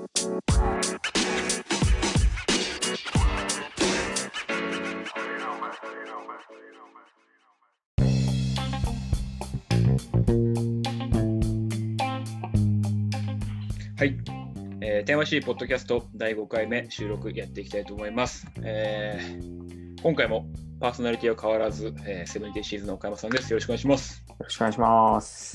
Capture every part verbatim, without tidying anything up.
はい、えー、テーマ C ポッドキャストだいごかいめ収録やっていきたいと思います。えー、今回もパーソナリティは変わらず、えー、セブンティーシーズの岡山さんです。よろしくお願いします。 よろしくお願いします。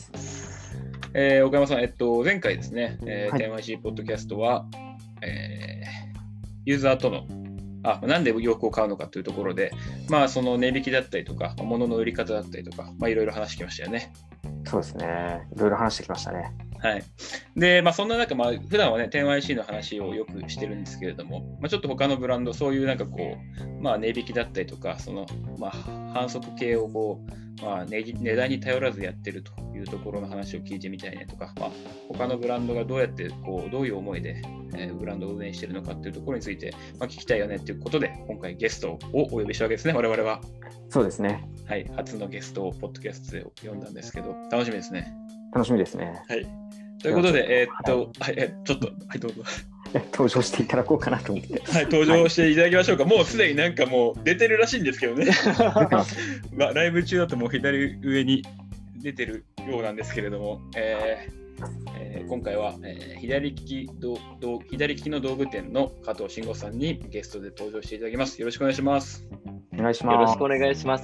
えー、岡山さん、えっと、前回ですね、えーはい、テーマ C ポッドキャストは、えー、ユーザーとのあなんで洋服を買うのかというところで、まあ、その値引きだったりとか、物の売り方だったりとか、まあ、いろいろ話してきましたよね。 そうですね。いろいろ話してきましたね。 はい。で、まあ、そんな中、まあ、普段はね、テンワイシー の話をよくしてるんですけれども、まあ、ちょっと他のブランド、そういうなんかこう、まあ、値引きだったりとか、その、まあ、反則系をこう、まあ、値段に頼らずやってるというところの話を聞いてみたいねとか、まあ、他のブランドがどうやってこう、どういう思いで、えー、ブランドを運営しているのかっていうところについて、まあ、聞きたいよねっていうことで、今回ゲストをお呼びしたわけですね、我々は。 そうですね。 はい、初のゲストをポッドキャストで呼んだんですけど、楽しみですね。 楽しみですね。 はい。ということで、えー、っと、はい、えちょっと、はい、どうぞ。 登場していただこうかなと思って。 はい、登場していただきましょうか。はい、もうすでになんかもう出てるらしいんですけどね。まあ、ライブ中だともう左上に出てるようなんですけれども、えーえー、今回は、えー、左利きどど左利きの道具店の加藤慎吾さんにゲストで登場していただきます。よろしくお願いします。 お願いします。 よろしくお願いします。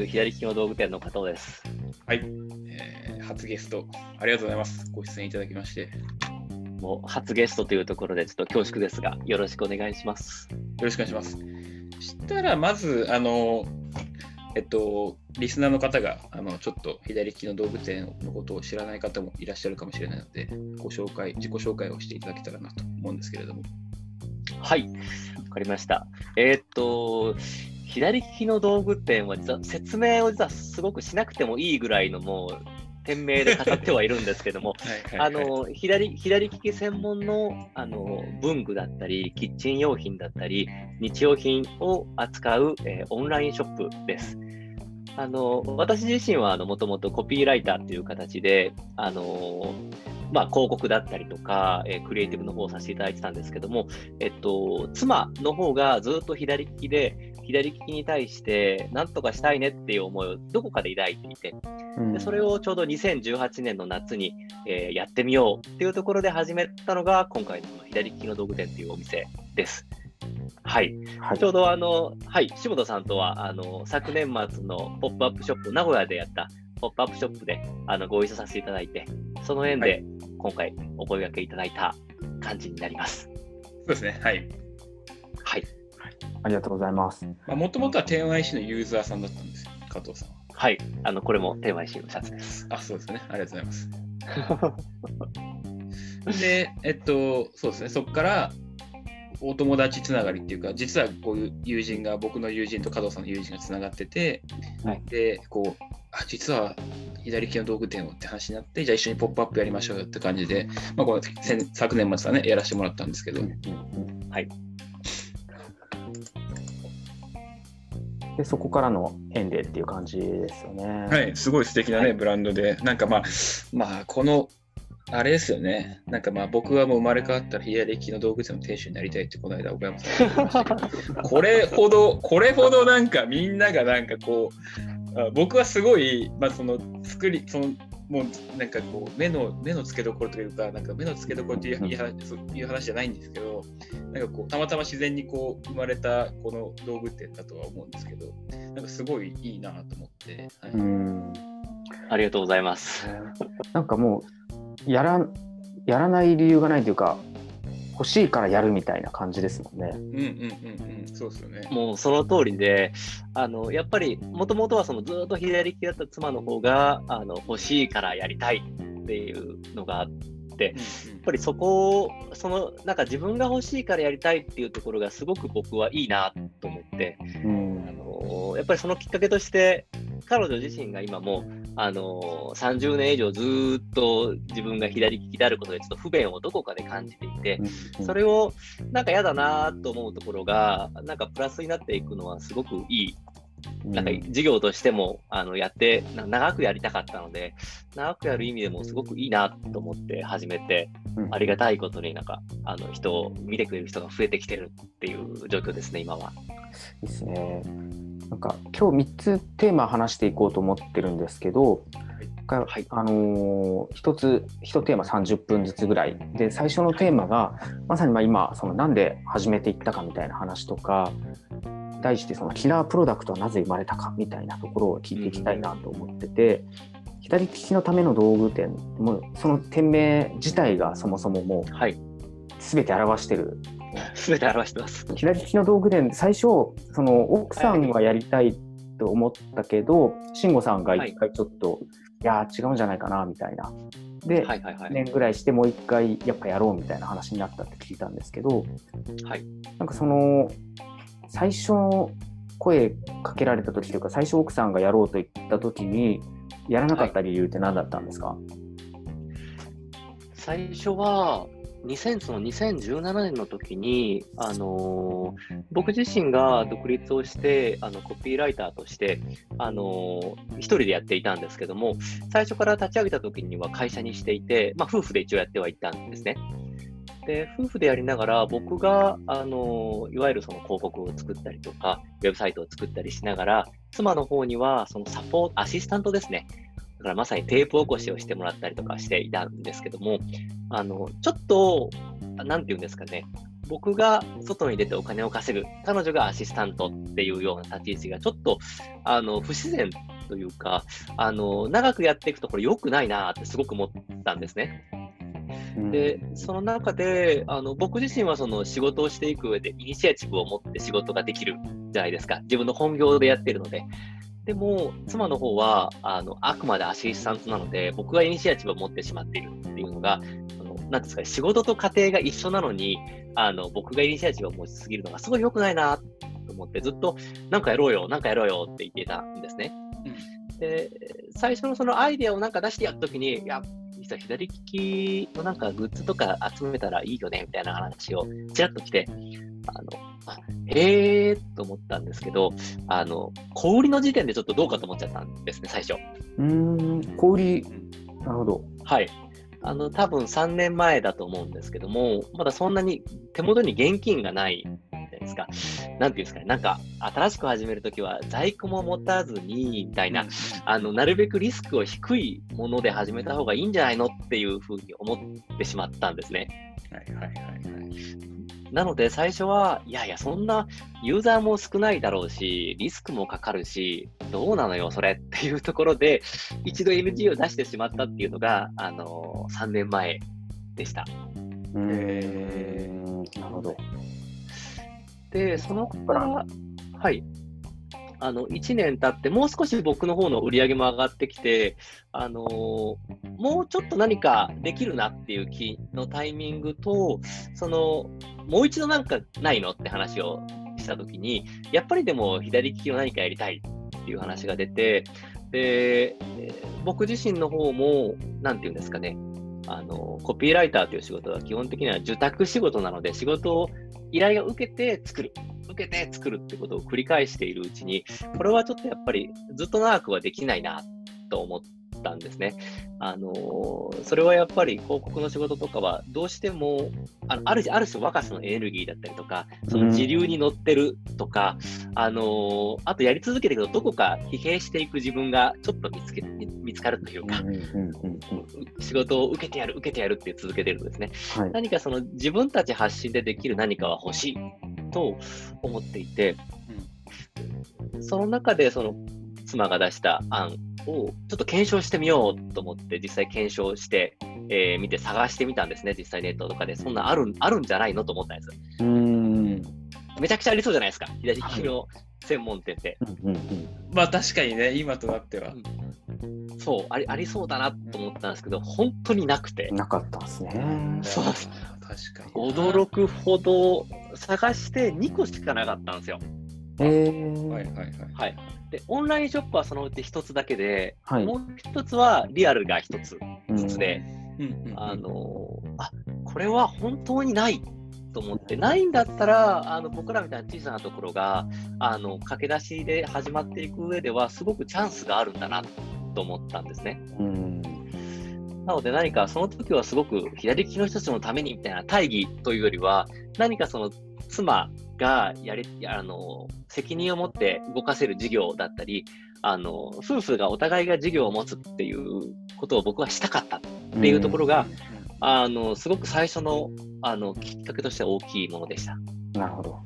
左利きの道具店の加藤です。 はい、えー、初ゲストありがとうございます。ご出演いただきまして。 もう初ゲストというところでちょっと恐縮ですが、よろしくお願いします。 よろしくお願いします。したらまずあのえっとリスナーの方があのちょっと左利きの道具店のことを知らない方もいらっしゃるかもしれないので、ご紹介自己紹介をしていただけたらなと思うんですけれども。 はい、わかりました。えー、っと左利きの道具店は実は説明を実はすごくしなくてもいいぐらいのもう店名で語ってはいるんですけども、はいはい、はい、あの 左, 左利き専門 の, あの文具だったり、キッチン用品だったり、日用品を扱う、えー、オンラインショップです。あの私自身はもともとコピーライターという形で、あのまあ、広告だったりとか、えー、クリエイティブの方をさせていただいてたんですけども、えっと、妻の方がずっと左利きで、左利きに対して何とかしたいねっていう思いをどこかで抱いていて、でそれをちょうどにせんじゅうはちねんの夏に、えー、やってみようっていうところで始めたのが今回の左利きの道具店というお店です。はい、はい、ちょうどあの、はい、下田さんとはあの昨年末のポップアップショップ、名古屋でやったポップアップショップであのご一緒させていただいて、その縁で今回お声掛けいただいた感じになります。 そうですね。はい。 はい。 ありがとうございます。 もともとは テンワイシー のユーザーさんだったんですよ、加藤さんは。 はい。あのこれも テンワイシー のシャツです。 あ、そうですね。ありがとうございます。で、えっと、そうですね。そこからお友達つながりっていうか、実はこういう友人が、僕の友人と加藤さんの友人がつながってて、はい、で、こう、あ、実は左利きの道具店をって話になって、じゃあ一緒にポップアップやりましょうよって感じで、まあ、この昨年末はね、やらせてもらったんですけど。うんうんうん、はい。 でそこからの縁でっていう感じですよね。 はい、すごい素敵なね、はい、ブランドで、なんかまあ、まあ、この、あれですよね、なんかまあ僕はもう生まれ変わったら左利きの道具店の店主になりたいってこの間岡山さんが言ってましたけど、これほど、これほどなんかみんながなんかこう、あ僕はすごい、まあその作り、そのもうなんかこう目の目の付けどころというか、なんか目の付けどころという話、いう話じゃないんですけど、なんかこうたまたま自然にこう生まれたこの道具店だとは思うんですけど、なんかすごいいいなと思って、はい、 うんありがとうございます。 なんかもうやらやらない理由がないというか、欲しいからやるみたいな感じですもんね。うんうんうんうん、そうですよね。 もうその通りで、あのやっぱりもともとはそのずっと左利きだった妻の方があの欲しいからやりたいっていうのがあって、やっぱりそこをそのなんか自分が欲しいからやりたいっていうところがすごく僕はいいなと思って、うん、あのやっぱりそのきっかけとして彼女自身が今もあのさんじゅうねん以上ずっと自分が左利きであることでちょっと不便をどこかで感じていて、それをなんか嫌だなと思うところがなんかプラスになっていくのはすごくいいなんか授業としてもあのやってな長くやりたかったので、長くやる意味でもすごくいいなと思って始めて、 うん、 ありがたいことになんかあの人を見てくれる人が増えてきてるっていう状況ですね、今は。 いいですね。なんか今日みっつテーマ話していこうと思ってるんですけど、 はい、 あのー、一つ一テーマさんじゅっぷんずつぐらいで、最初のテーマがまさにまあ今そのなんで始めていったかみたいな話とか、題してそのキラープロダクトはなぜ生まれたかみたいなところを聞いていきたいなと思ってて、うん、左利きのための道具店もその店名自体がそもそももう全て表してる、 全て表してます。 左利きの道具店、最初その奥さんはやりたいと思ったけど、慎吾さんが一回ちょっと、はい、いや違うんじゃないかなみたいなで、はいはいはい、年ぐらいしてもう一回やっぱやろうみたいな話になったって聞いたんですけど、はい、なんかその最初声かけられた時というか、最初奥さんがやろうと言った時にやらなかった理由って何だったんですか？はい、 最初はにせんそのにせんじゅうななねんの時に、あのー、僕自身が独立をしてあのコピーライターとして、あのー、一人でやっていたんですけども、最初から立ち上げた時には会社にしていて、まあ、夫婦で一応やってはいたんですね。で、夫婦でやりながら、僕が、あのー、いわゆるその広告を作ったりとか、ウェブサイトを作ったりしながら、妻の方にはそのサポート、アシスタントですね。だからまさにテープ起こしをしてもらったりとかしていたんですけども、あの、ちょっと、なんていうんですかね、僕が外に出てお金を稼ぐ、彼女がアシスタントっていうような立ち位置がちょっと、あの、不自然というか、あの、長くやっていくとこれ良くないなってすごく思ったんですね。で、その中で、あの、僕自身はその仕事をしていく上でイニシアチブを持って仕事ができるじゃないですか。自分の本業でやってるので。でも、妻の方は、あの、あくまでアシスタントなので、僕がイニシアチブを持ってしまっているっていうのが、あのなんですかね、仕事と家庭が一緒なのに、あの、僕がイニシアチブを持ちすぎるのがすごい良くないなと思って、ずっと、なんかやろうよ、なんかやろうよって言っていたんですね。うん、で、最初のそのアイデアをなんか出してやったときに、いや、実は左利きのなんかグッズとか集めたらいいよね、みたいな話をちらっと来て、あの、あへーと思ったんですけど、あの、小売りの時点でちょっとどうかと思っちゃったんですね、最初。 うーん、小売り、なるほど。 はい。あの、多分さんねんまえだと思うんですけども、まだそんなに手元に現金がないじゃないですか。なんていうんですかね、なんか、新しく始めるときは在庫も持たずに、みたいな、あの、なるべくリスクを低いもので始めた方がいいんじゃないのっていうふうに思ってしまったんですね。はいはいはいはい。なので最初は、いやいや、そんなユーザーも少ないだろうし、リスクもかかるし、どうなのよ、それっていうところで、一度 エヌジー を出してしまったっていうのが、あのー、さんねんまえでした。 うーん、なるほど。 で、そのから、はい。あの、いちねん経って、もう少し僕の方の売り上げも上がってきて、あのー、もうちょっと何かできるなっていう気のタイミングと、その、もう一度なんかないのって話をしたときに、やっぱりでも左利きを何かやりたいっていう話が出て、で、僕自身の方も、なんていうんですかね、あの、コピーライターという仕事は基本的には受託仕事なので、仕事を依頼を受けて作る。受けて作るってことを繰り返しているうちに、これはちょっとやっぱりずっと長くはできないなと思ったんですね。あのー、それはやっぱり広告の仕事とかはどうしてもあのあるある種若さのエネルギーだったりとか、その時流に乗ってるとか、うん、あのー、あとやり続けていくとどこか疲弊していく自分がちょっと見つけ見つかるというか、うんうんうんうん、仕事を受けてやる受けてやるって続けてるんですね。はい、何かその自分たち発信でできる何かは欲しいと思っていて、うん、その中でその妻が出した案をちょっと検証してみようと思って実際検証して、えー、見て探してみたんですね。実際ネットとかでそんなあるあるんじゃないのと思ったんです。うーん、めちゃくちゃありそうじゃないですか、左利きの専門店って、はい、うんうんうん、 まあ確かにね、今となっては、 うん、そうありありそうだなと思ったんですけど、本当になくて。 なかったんですね。 そう確かに驚くほど探してにこしかなかったんですよ。 へー、 はいはいはい、はい、でオンラインショップはそのうちひとつだけで、はい、もうひとつはリアルがひとつずつで、うん、あのあこれは本当にないっと思って、ないんだったら、あの僕らみたいな小さなところが、あの駆け出しで始まっていく上では、すごくチャンスがあるんだなと思ったんですね。うんなので何かその時はすごく左利きの人たちのためにみたいな大義というよりは、何かその妻がやれあの責任を持って動かせる事業だったり、あの夫婦がお互いが事業を持つっていうことを僕はしたかったっていうところが、あのすごく最初の、あのきっかけとしては大きいものでした。 なるほど。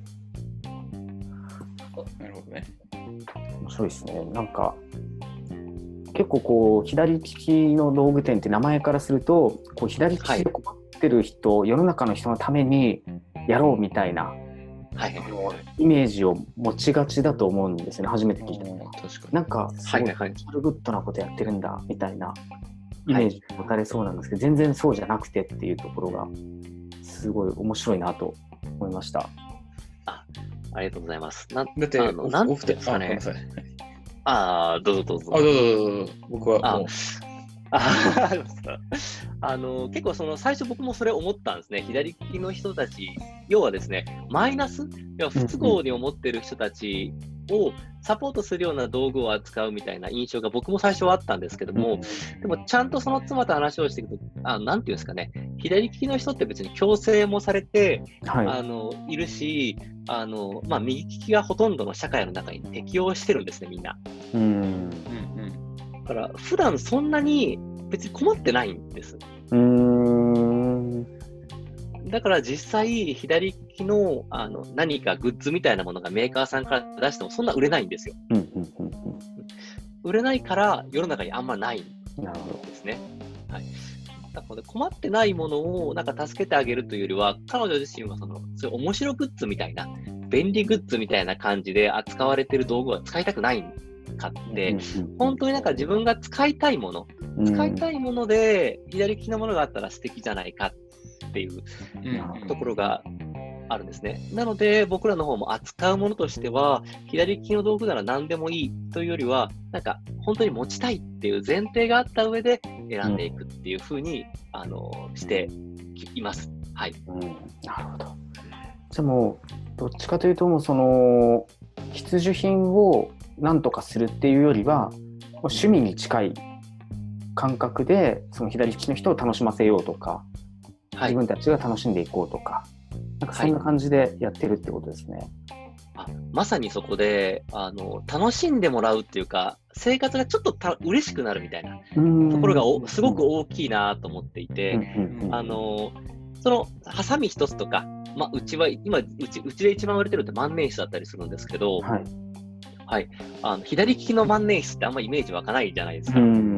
なるほどね。 面白いですね。なんか結構こう左利きの道具店って名前からすると、こう左利きで困ってる人、はい、世の中の人のためにやろうみたいな、はい、イメージを持ちがちだと思うんですよね。初めて聞いたのは。なんかすごいグッドなことやってるんだみたいなイメージを持たれそうなんですけど、はい、全然そうじゃなくてっていうところがすごい面白いなと思いました。 あ、ありがとうございます。なだってあのなんていうんですかね。ああ、どうぞどうぞ。 あ、どうぞどうぞ。僕はもう。 ああの結構その最初僕もそれ思ったんですね。左利きの人たち、要はですね、マイナス、要は不都合に思ってる人たちをサポートするような道具を扱うみたいな印象が僕も最初はあったんですけども、でもちゃんとその妻と話をしていくと、あなんていうんですかね、左利きの人って別に強制もされて、はい、あのいるし、あのまあ、右利きがほとんどの社会の中に適応してるんですね、みんな。うんうんだから普段そんなに別に困ってないんです。うーんだから実際左利き の, あの何かグッズみたいなものがメーカーさんから出してもそんな売れないんですよ。うんうんうんうん、売れないから世の中にあんまないんですね。はい、だから困ってないものをなんか助けてあげるというよりは、彼女自身はそのそういう面白グッズみたいな便利グッズみたいな感じで扱われている道具は使いたくないんかって、本当になんか自分が使いたいもの、使いたいもので左利きのものがあったら素敵じゃないかっていうところがあるんですね。なので僕らの方も扱うものとしては、左利きの道具なら何でもいいというよりは、なんか本当に持ちたいっていう前提があった上で選んでいくっていう風に、あのしています。はい。うん、 なるほど。じゃあもうどっちかというともうその必需品をなんとかするっていうよりは、趣味に近い感覚でその左利きの人を楽しませようとか、はい、自分たちが楽しんでいこうとか、なんかそんな感じでやってるってことですね。 はい、あまさにそこであの楽しんでもらうっていうか、生活がちょっとた嬉しくなるみたいなところがおすごく大きいなと思っていて、あのそのハサミ一つとか、まあ、うちは今うち、うちで一番売れてるって万年筆だったりするんですけど、はいはい、あの左利きの万年筆ってあんまイメージ湧かないじゃないですか。うん、うん、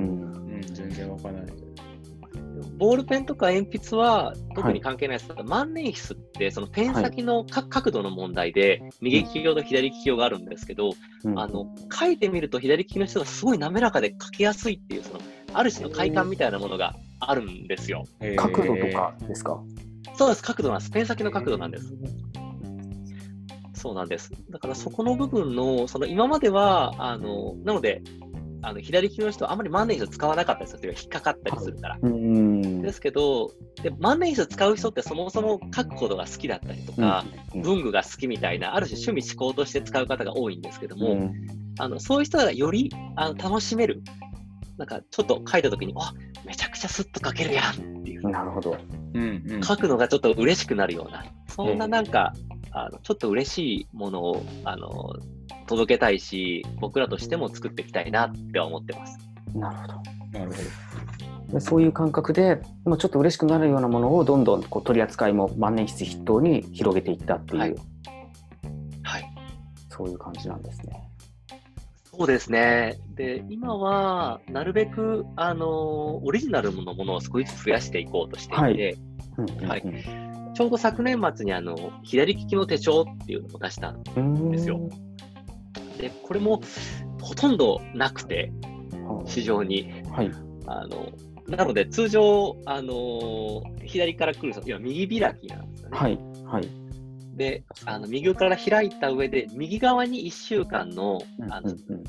全然湧かない。 ボールペンとか鉛筆は特に関係ないですけど、はい、万年筆ってそのペン先の、はい、角度の問題で右利き用と左利き用があるんですけど、うん、あの書いてみると左利きの人がすごい滑らかで書きやすいっていう、そのある種の快感みたいなものがあるんですよ。 角度とかですか？ そうです、角度なんです。ペン先の角度なんです。そうなんです。だからそこの部分の、その今までは、あの、なので、あの左利きの人はあまり万年筆を使わなかったりするというか、引っかかったりするから。うんですけど、で万年筆を使う人ってそもそも書くことが好きだったりとか、うん、文具が好きみたいな、ある種趣味思考として使う方が多いんですけども、うん、あのそういう人がよりあの楽しめる。なんかちょっと書いたときに、あ、めちゃくちゃスッと書けるやんっていう。 なるほど。 うんうん、書くのがちょっと嬉しくなるような、そんななんか、うんあのちょっと嬉しいものをあの届けたいし、僕らとしても作っていきたいなって思ってます。 なるほど。なるほど。でそういう感覚で、ちょっと嬉しくなるようなものをどんどんこう取り扱いも万年筆筆頭に広げていったっていう、はいはい、そういう感じなんですね。 そうですね。で、今はなるべくあのオリジナルのものを少しずつ増やしていこうとしていて、はいうんはい、ちょうど昨年末にあの左利きの手帳っていうのを出したんですよ。で、これもほとんどなくて、市場に。はい、あのなので、通常、あの左から来る人、いや右開きなんですよね。はいはい、であの、右から開いた上で、右側にいっしゅうかんの、あの、うんうんうん、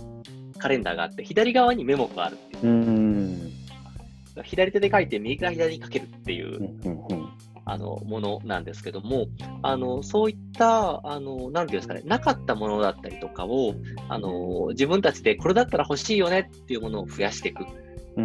カレンダーがあって、左側にメモがあるっていう。うん左手で書いて、右から左に書けるっていう。うんうんうんあのものなんですけども、あのそういったあのなんていうんですかね、なかったものだったりとかをあの自分たちでこれだったら欲しいよねっていうものを増やしていく。 うん、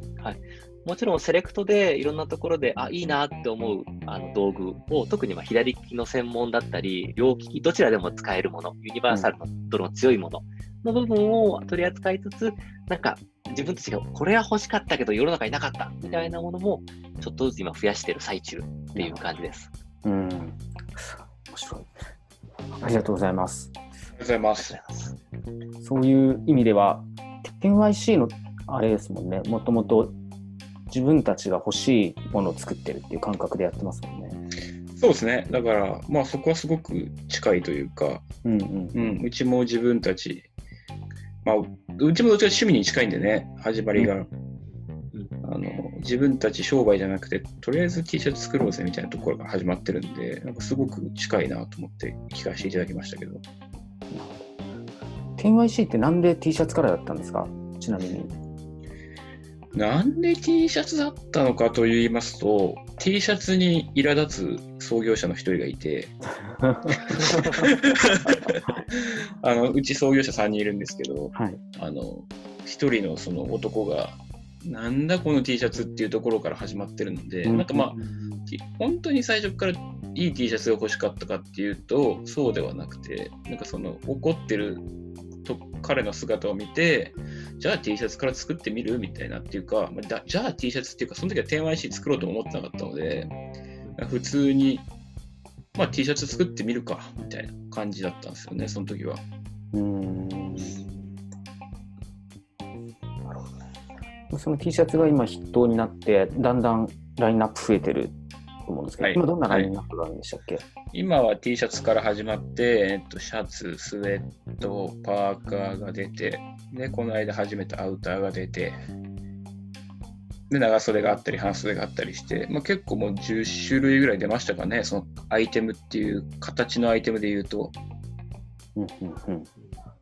はい。もちろんセレクトでいろんなところであいいなって思うあの道具を、特にまあ左利きの専門だったり両利きどちらでも使えるもの、ユニバーサルの度の強いものの部分を取り扱いつつ、なんか自分たちがこれは欲しかったけど世の中になかったみたいなものもちょっとずつ今増やしている最中っていう感じです。 うん、面白い。ありがとうございます。 ありがとうございます。 そういう意味では テンワイシー のあれですもんね、もともと自分たちが欲しいものを作ってるっていう感覚でやってますもんね。 そうですね。だからまあそこはすごく近いというか、うんうんうん、うちも自分たち、まあうちもどっちか趣味に近いんでね、始まりが、うん、あの自分たち商売じゃなくてとりあえず T シャツ作ろうぜみたいなところから始まってるんで、なんかすごく近いなと思って聞かせていただきましたけど。 テンワイシー ってなんで T シャツからだったんですか？ちなみに。 なんで T シャツだったのかと言いますと、 T シャツに苛立つ創業者の一人がいてあのうち創業者さんにんいるんですけど、はい、あの一人のその男がなんだこの T シャツっていうところから始まってるので、うん、なんかまあ本当に最初からいい T シャツが欲しかったかっていうとそうではなくて、なんかその怒ってると彼の姿を見て、じゃあ T シャツから作ってみるみたいなっていうか、だじゃあ T シャツっていうかその時は テンワイシー 作ろうと思ってなかったので、普通に、まあ、T シャツ作ってみるかみたいな感じだったんですよね、その時は。うーん、 なるほど。その T シャツが今筆頭になってだんだんラインナップ増えてると思うんですけど、はい、今どんなラインナップがあるんでしたっけ？はい、 今は T シャツから始まって、えっと、シャツ、スウェット、パーカーが出て、でこの間初めてアウターが出て、で長袖があったり半袖があったりして、まあ、結構もうじゅっしゅるいぐらい出ましたかね、そのアイテムっていう形のアイテムで言うと。 うんうんうん、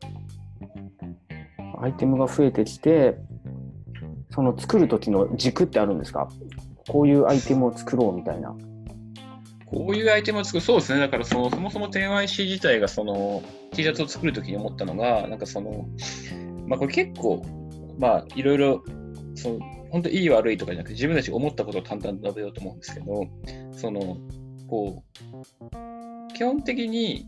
アイテムが増えてきて、その作る時の軸ってあるんですか？こういうアイテムを作ろうみたいな。 こういうアイテムを作る、そうですね。だからそのそもそも テンワイシー 自体がその T シャツを作るときに思ったのが、なんかその、まあこれ結構、まあいろいろ、その本当いい悪いとかじゃなくて、自分たちが思ったことを淡々と述べようと思うんですけど、その、こう、基本的に、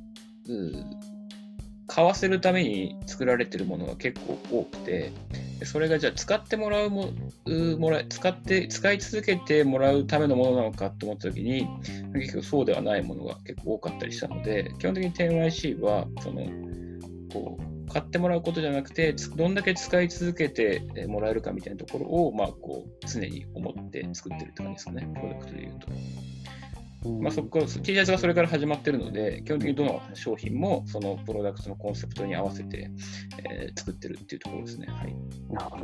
買わせるために作られてるものが結構多くて、それがじゃあ使ってもらうももら使って使い続けてもらうためのものなのかと思ったときに、結局そうではないものが結構多かったりしたので、基本的に テンワイシー はそのこう買ってもらうことじゃなくて、どんだけ使い続けてもらえるかみたいなところを、まあ、こう常に思って作ってるって感じですかね、プロダクトでいうと。まあ、そこ T シャツがそれから始まってるので、基本的にどの商品もそのプロダクトのコンセプトに合わせて、えー、作ってるっていうところですね。はい。 なるほど。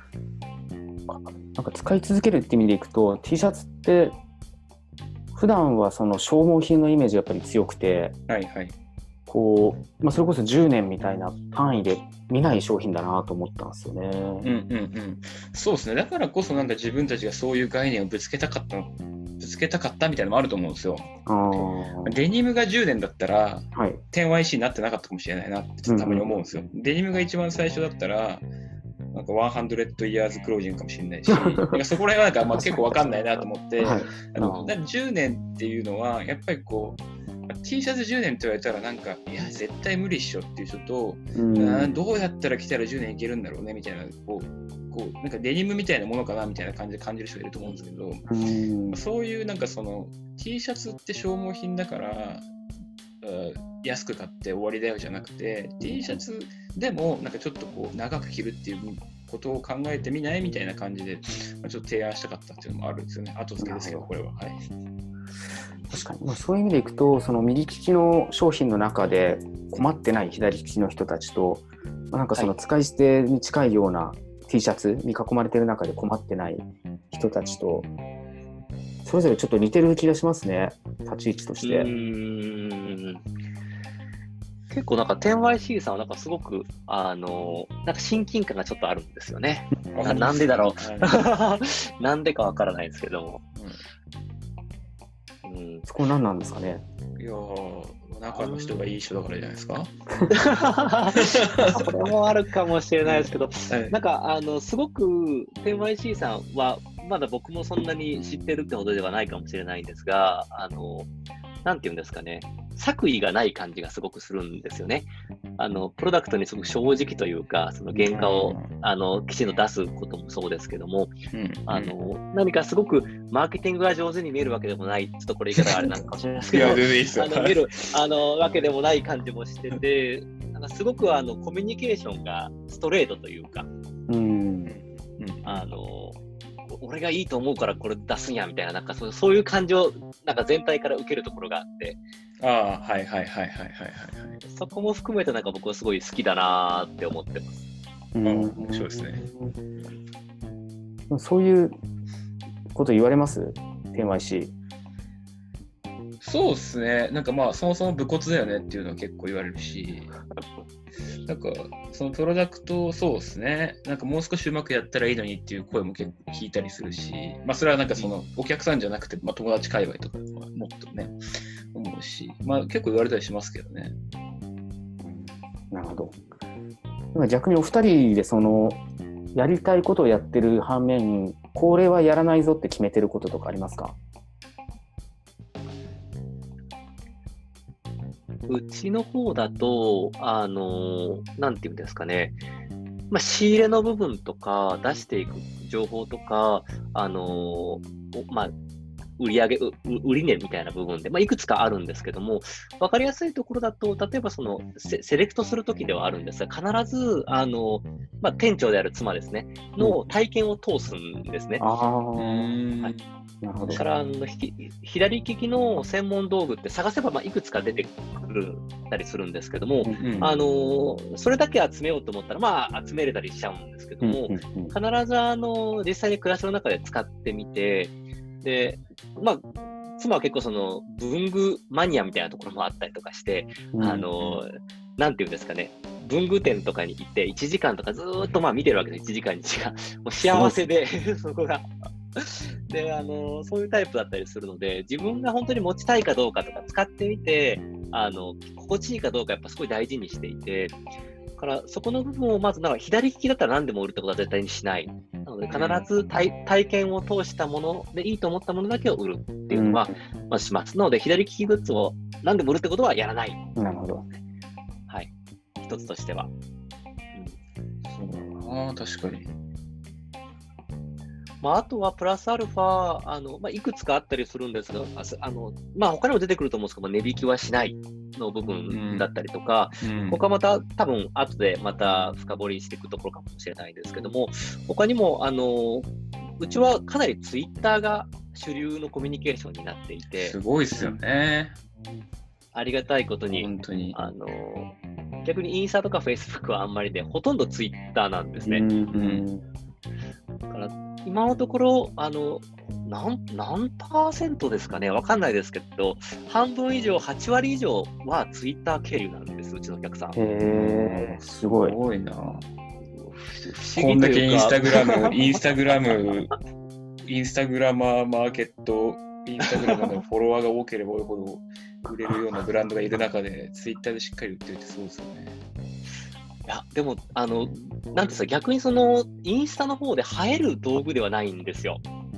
なんか使い続けるって意味でいくと、 T シャツって普段はその消耗品のイメージがやっぱり強くて、 はいはい、 こう、まあ、それこそじゅうねんみたいな単位で見ない商品だなと思ったんですよね。うんうんうん。そうですね。だからこそなんか自分たちがそういう概念をぶつけたかったの。ぶつけたかったみたいなのもあると思うんですよ。あデニムがじゅうねんだったら、はい、テンワイシー になってなかったかもしれないなってたまに思うんですよ。うんうん、デニムが一番最初だったら、なんかひゃく years closing かもしれないし、なんかそこら辺はなんかまあ結構わかんないなと思って、はい、あのだじゅうねんっていうのはやっぱりこう T シャツじゅうねんって言われたらなんかいや絶対無理っしょっていう人と、うん、どうやったら着たらじゅうねんいけるんだろうねみたいなこう。こうなんかデニムみたいなものかなみたいな感じで感じる人がいると思うんですけど、うんそういうなんかその T シャツって消耗品だから安く買って終わりだよじゃなくて、 T シャツでもなんかちょっとこう長く着るっていうことを考えてみないみたいな感じで、まあ、ちょっと提案したかったっていうのもあるんですよね。後付けですけどこれは、はい、 確かに、まあ、そういう意味でいくと、その右利きの商品の中で困ってない左利きの人たちと、まあ、なんかその使い捨てに近いような、はいT シャツに囲まれてる中で困ってない人たちとそれぞれちょっと似てる気がしますね、立ち位置として。うーん結構なんか テンワイシー さんはなんかすごくあのなんか親近感がちょっとあるんですよね。な, なんでだろうなんでかわからないですけども、 、そこ何なんですかね。 いやー、中の人がいい人だからじゃないですか。 それもあるかもしれないですけど、はい、なんかあのすごく テンワイシー さんはまだ僕もそんなに知ってるってほどではないかもしれないんですが、あのなんていうんですかね、作為がない感じがすごくするんですよね。あのプロダクトにすごく正直というか、その原価を、うん、あのきちんと出すこともそうですけども、うんうん、あの何かすごくマーケティングが上手に見えるわけでもない、ちょっとこれ言い方があれなのかもしれないですけど、いや全然いいですよ、あの見えるあのわけでもない感じもしてて、なんかすごくあのコミュニケーションがストレートというか、うん、あの俺がいいと思うからこれ出すんやみたいな、なんかそう、そういう感情をなんか全体から受けるところがあって、 ああ、はいはいはいはいはいはい、はい。 そこも含めてなんか僕はすごい好きだなって思ってます。 うん、面白いですね。 そういうこと言われます ?テンワイシー。 そうですね。なんかまあそもそも武骨だよねっていうのは結構言われるし、なんかそのプロダクトそうですね。なんかもう少しうまくやったらいいのにっていう声も結構聞いたりするし、まあそれはなんかそのお客さんじゃなくて、まあ、友達界隈とかもっとね思うし、まあ結構言われたりしますけどね。 なるほど。今逆にお二人でそのやりたいことをやってる反面、これはやらないぞって決めてることとかありますか？ うちの方だと、あの、なんていうんですかね、まあ、仕入れの部分とか、出していく情報とか、あの、まあ、売り上げ、売り値みたいな部分で、まあ、いくつかあるんですけども、分かりやすいところだと、例えばそのセ、セレクトするときではあるんですが、必ず、あの、まあ、店長である妻ですね、の体験を通すんですね。 ああ、 はい。なるほど。だからあのひ左利きの専門道具って探せばまあいくつか出てくるたりするんですけども、うんうん、あのそれだけ集めようと思ったらまあ集めれたりしちゃうんですけども、うんうんうん、必ずあの実際に暮らしの中で使ってみて、でまあ妻は結構その文具マニアみたいなところもあったりとかして、うんうん、あのなんていうんですかね。文具店とかに行っていちじかんとかずーっとまあ見てるわけです。いちじかんにちじかん。もう幸せでそこが。で、あの、そういうタイプだったりするので、自分が本当に持ちたいかどうかとか使ってみて、あの、心地いいかどうかやっぱすごい大事にしていて、だからそこの部分をまず、なんか左利きだったら何でも売るってことは絶対にしない。なので、必ず 体, 体験を通したものでいいと思ったものだけを売るっていうのは、まあ、します。なので、左利きグッズを何でも売るってことはやらない。 なるほど。 はい。一つとしては。 うん、そうだな、確かに。 まあ、あとはプラスアルファ、あのまあ、いくつかあったりするんですが、あのまあ、他にも出てくると思うんですけど、値引きはしないの部分だったりとか、うん、他また多分後でまた深掘りしていくところかもしれないんですけども、他にもあのうちはかなりツイッターが主流のコミュニケーションになっていて、 すごいですよね。 ありがたいことに、 本当にあの逆にインスタとかフェイスブックはあんまりで、ほとんどツイッターなんですね。うんうん、だから今のところ、あの何、何パーセントですかね、わかんないですけど、半分以上、はちわり以上はツイッター経由なんです、うちのお客さん。 へー、すごい。 すごいな。不思議こんだけインスタグラム、インスタグラム、インスタグラマーマーケット、インスタグラムのフォロワーが多ければ多いほど売れるようなブランドがいる中で、ツイッターでしっかり売ってるってそうですよね。 いや、でも、あの、なんですか、逆にその、インスタの方で映える道具ではないんですよ。うん、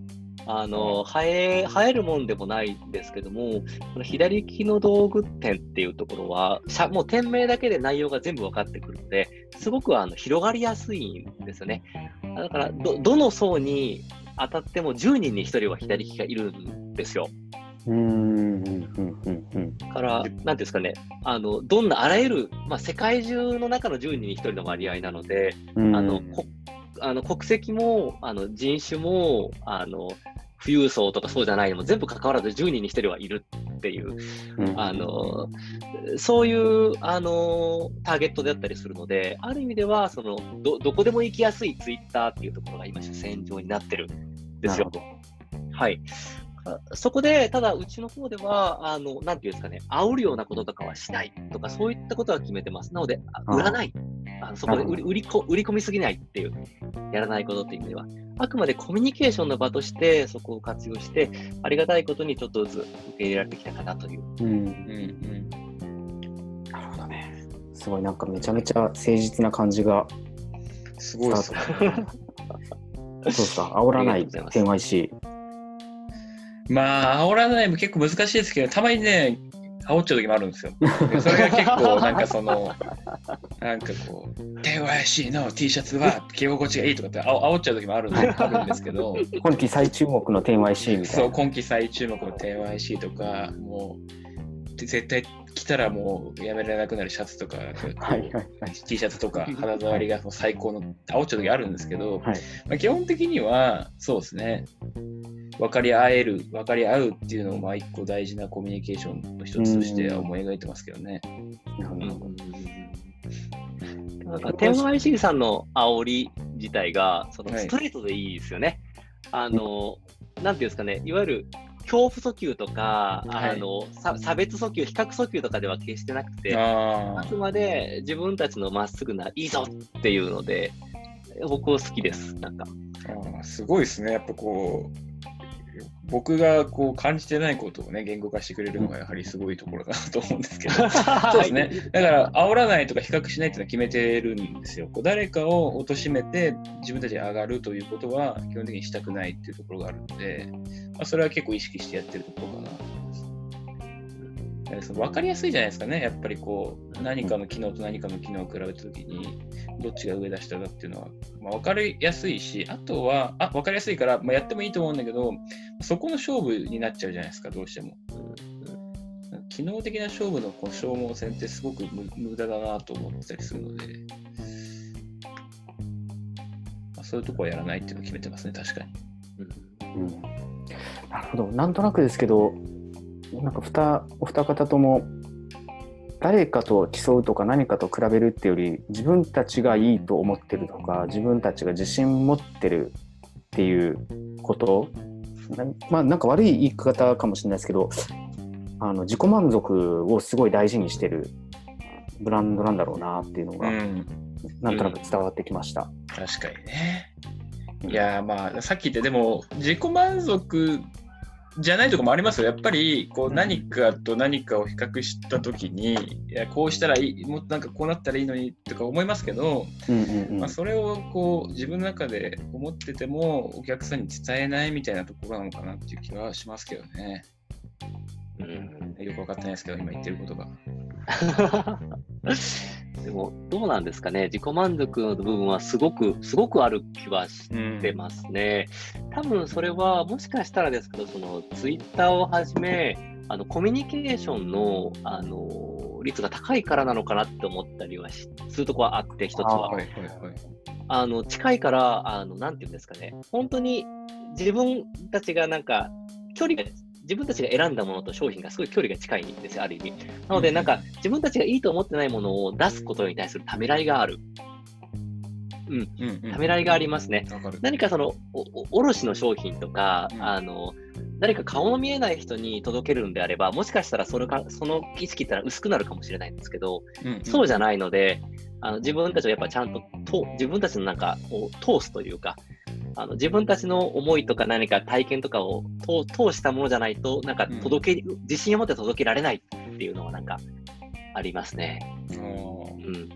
あの、映え、映えるもんでもないんですけども、この左利きの道具店っていうところは、もう店名だけで内容が全部分かってくるので、すごくあの広がりやすいんですよね。だから、ど、どの層に当たってもじゅうにんにひとりは左利きがいるんですよ。 うーんから、なんていうんですかね、あのどんなあらゆる、まあ、世界中の中のじゅうにんにひとりの割合なので、あのこあの国籍もあの人種もあの富裕層とかそうじゃないのも全部関わらずじゅうにんにひとりはいるっていう、あのそういうあのターゲットであったりするので、ある意味ではその ど, どこでも行きやすいツイッターっていうところが今主戦場になってるんですよ。はい。 そこで、ただうちの方では、あの、なんていうんですかね、煽るようなこととかはしないとか、そういったことは決めてます。なので、売らない。あのそこで売り売りこ売り込みすぎないっていう、やらないことっていう意味では、あくまでコミュニケーションの場として、そこを活用して、ありがたいことにちょっとずつ受け入れられてきたかなという。うんうんうん、なるほどね。すごい、なんかめちゃめちゃ誠実な感じが。 すごいですね。 そうですか、煽らない テンワイシー。 まあ、煽らないも結構難しいですけど、たまにね、煽っちゃう時もあるんですよ。それが結構、なんかその、なんかこう、テンワイシー の T シャツは着心地がいいとかってあ煽っちゃう時もあるんであるんですけど、 今季最注目の テンワイシー みたいな。 そう、今季最注目の テンワイシー とか、もう、絶対着たらもうやめられなくなるシャツとか、はいはいはい、T シャツとか肌触りが最高の煽っちゃう時あるんですけど、はい、まあ、基本的にはそうですね、分かり合える、分かり合うっていうのもまあ一個大事なコミュニケーションの一つとしては思い描いてますけどね。 なんか テンワイシー さんの煽り自体がそのストレートでいいですよね。はい、あの、なんていうんですかね、いわゆる恐怖訴求とか、はい、あの差別訴求、比較訴求とかでは決してなくて、あ, あくまで自分たちのまっすぐないいぞっていうので、僕は好きです。なんかあすごいですね。やっぱこう僕がこう感じてないことをね言語化してくれるのがやはりすごいところだなと思うんですけど、そうですね。だから煽らないとか比較しないっていうのは決めてるんですよ。こう誰かを貶めて自分たちが上がるということは基本的にしたくないっていうところがあるので、まあ、それは結構意識してやってるところかなと思います。その分かりやすいじゃないですかね。やっぱりこう何かの機能と何かの機能を比べたときにどっちが上だ下だっていうのは、まあ、分かりやすいし、あとはあ分かりやすいから、まあ、やってもいいと思うんだけど、そこの勝負になっちゃうじゃないですか、どうしても。うん、機能的な勝負のこの消耗戦ってすごく無駄だなと思ってたりするので、まあ、そういうとこはやらないっていうのを決めてますね、確かに。 うんうん、なるほど。なんとなくですけど、なんか 2, お二方とも誰かと競うとか何かと比べるっていうより自分たちがいいと思ってるとか自分たちが自信持ってるっていうことな、まあ、なんか悪い言い方かもしれないですけど、あの自己満足をすごい大事にしてるブランドなんだろうなっていうのが、うん、なんとなく伝わってきました。 うん、確かにね。いやまあさっき言ってでも自己満足じゃないところもありますよ。やっぱりこう何かと何かを比較したときに、いやこうしたらいい、もっとなんかこうなったらいいのにとか思いますけど、うんうんうん、まあ、それをこう自分の中で思っててもお客さんに伝えないみたいなところなのかなっていう気はしますけどね。うん、よく分かってないですけど今言ってることが。 でもどうなんですかね。自己満足の部分はすごくすごくある気はしてますね。うん、多分それはもしかしたらですけど、そのツイッターをはじめあのコミュニケーションのあの率が高いからなのかなって思ったりはするところはあって、一つは、はいはいはい、あの近いからあのなんていうんですかね。本当に自分たちがなんか距離が自分たちが選んだものと商品がすごい距離が近いんですよ、ある意味。なので、なんか自分たちがいいと思ってないものを出すことに対するためらいがある。うん、うんうん、ためらいがありますね。何かそのお卸の商品とか、うん、あの誰か顔の見えない人に届けるんであれば、もしかしたらそれかその意識ってのは薄くなるかもしれないんですけど、うんうん、そうじゃないので、あの自分たちはやっぱちゃんとと自分たちのなんかを通すというか。あの自分たちの思いとか何か体験とかを通したものじゃないとなんか届け、うん、自信を持って届けられないっていうのはなんかありますね。うんうん、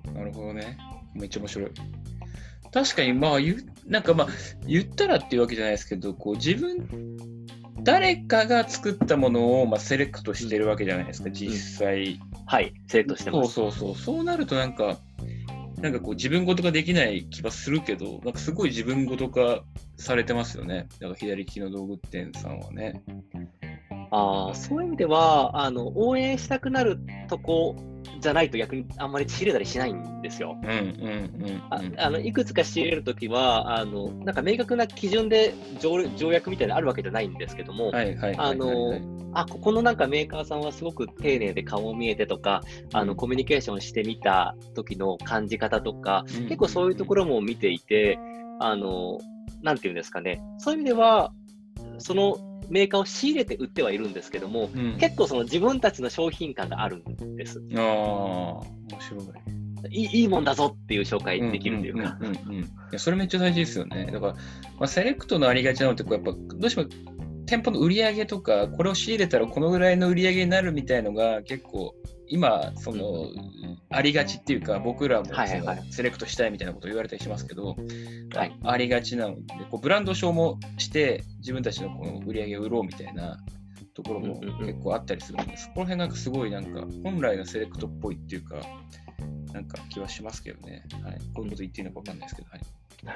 なるほどね。めっちゃ面白い。確かにまあ言なんかまあ言ったらっていうわけじゃないですけど、こう自分誰かが作ったものをまあセレクトしてるわけじゃないですか、実際。 うん、はいセレクトしてます。 そうそうそうそうなるとなんか。なんかこう自分ごと化できない気はするけど、なんかすごい自分ごと化されてますよね。だから左利きの道具店さんはね。 ああ、そういう意味ではあの応援したくなるとこじゃないと逆にあんまり仕入れたりしないんですよ。うんうんうんうん、ああのいくつか仕入れるときはあのなんか明確な基準で 条, 条約みたいなのあるわけじゃないんですけども、あのあここのなんかメーカーさんはすごく丁寧で顔見えてとか、あのコミュニケーションしてみた時の感じ方とか、うん、結構そういうところも見ていて、あのなんていうんですかね、そういう意味ではそのメーカーを仕入れて売ってはいるんですけども、うん、結構その自分たちの商品感があるんです。 ああ、面白い。いい、いいもんだぞっていう紹介できるというか。 それめっちゃ大事ですよね。だから、まあ、セレクトのありがちなのってこうやっぱどうしても店舗の売り上げとか、これを仕入れたらこのぐらいの売り上げになるみたいのが結構今そのありがちっていうか、僕らもそのセレクトしたいみたいなことを言われたりしますけど、はい、ありがちなので、こうブランド消耗して自分たちのこの売り上げを売ろうみたいなところも結構あったりするので、そこら辺なんかすごいなんか本来のセレクトっぽいっていうか、なんか気はしますけどね。はい、こういうこと言っていいのか分かんないですけど。はい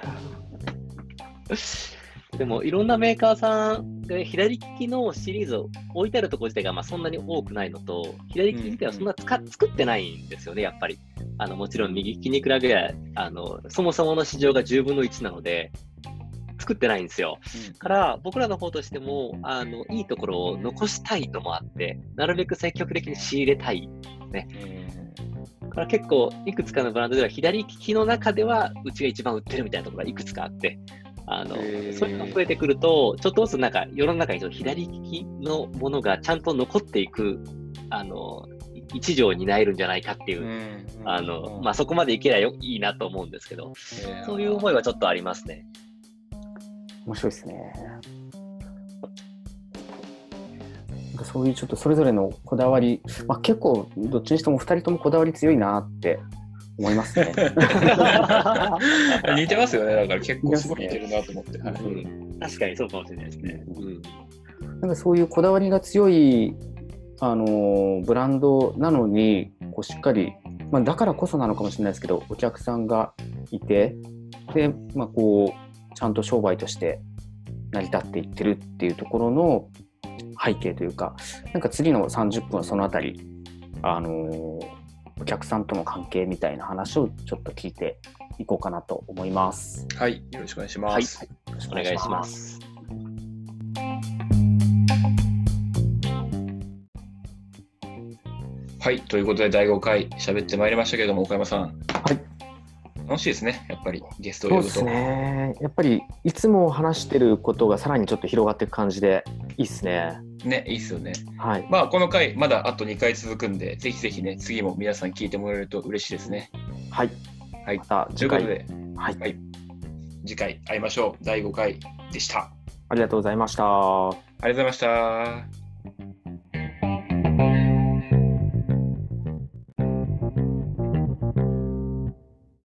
でもいろんなメーカーさんで左利きのシリーズを置いてあるところ自体がまあそんなに多くないのと、左利き自体はそんな使っ作ってないんですよね、やっぱり。あのもちろん右利きに比べあのそもそもの市場がじゅうぶんのいちなので、作ってないんですよ。うん、から僕らの方としてもあのいいところを残したいのもあって、なるべく積極的に仕入れたいね。だから結構いくつかのブランドでは左利きの中ではうちが一番売ってるみたいなところがいくつかあって、あのそういうのが増えてくると、ちょっとずつなんか世の中に左利きのものがちゃんと残っていくあの一条に担えるんじゃないかっていう、うんあのうんまあ、そこまでいけばいいなと思うんですけど、そういう思いはちょっとありますね。 面白いですね。なんかそういうちょっとそれぞれのこだわり、まあ、結構どっちにしてもふたりともこだわり強いなって思いますね。 似てますよね。だから結構すごい似てるなと思って。はいうん、確かにそうかもしれないですね。 うん、なんかそういうこだわりが強いあのブランドなのにこうしっかり、まあ、だからこそなのかもしれないですけど、お客さんがいてで、まあ、こうちゃんと商売として成り立っていってるっていうところの背景というか、なんか次のさんじゅっぷんはそのあたりあのお客さんとの関係みたいな話をちょっと聞いていこうかなと思います。 はい、よろしくお願いします。 はい、よろしくお願いします。 はい、ということでだいごかい喋ってまいりましたけれども、岡山さん。 はい。 楽しいですね、やっぱりゲストを呼ぶと。 そうですね。やっぱりいつも話してることがさらにちょっと広がっていく感じでいいですね。 ね、いいですよね。 はい。 まあこの回まだあとにかい続くんで、ぜひぜひね、次も皆さん聞いてもらえると嬉しいですね。 はい。 はい。 また次回。 ということで、 はい。 はい、次回会いましょう。だいごかいでした。 ありがとうございました。 ありがとうございました。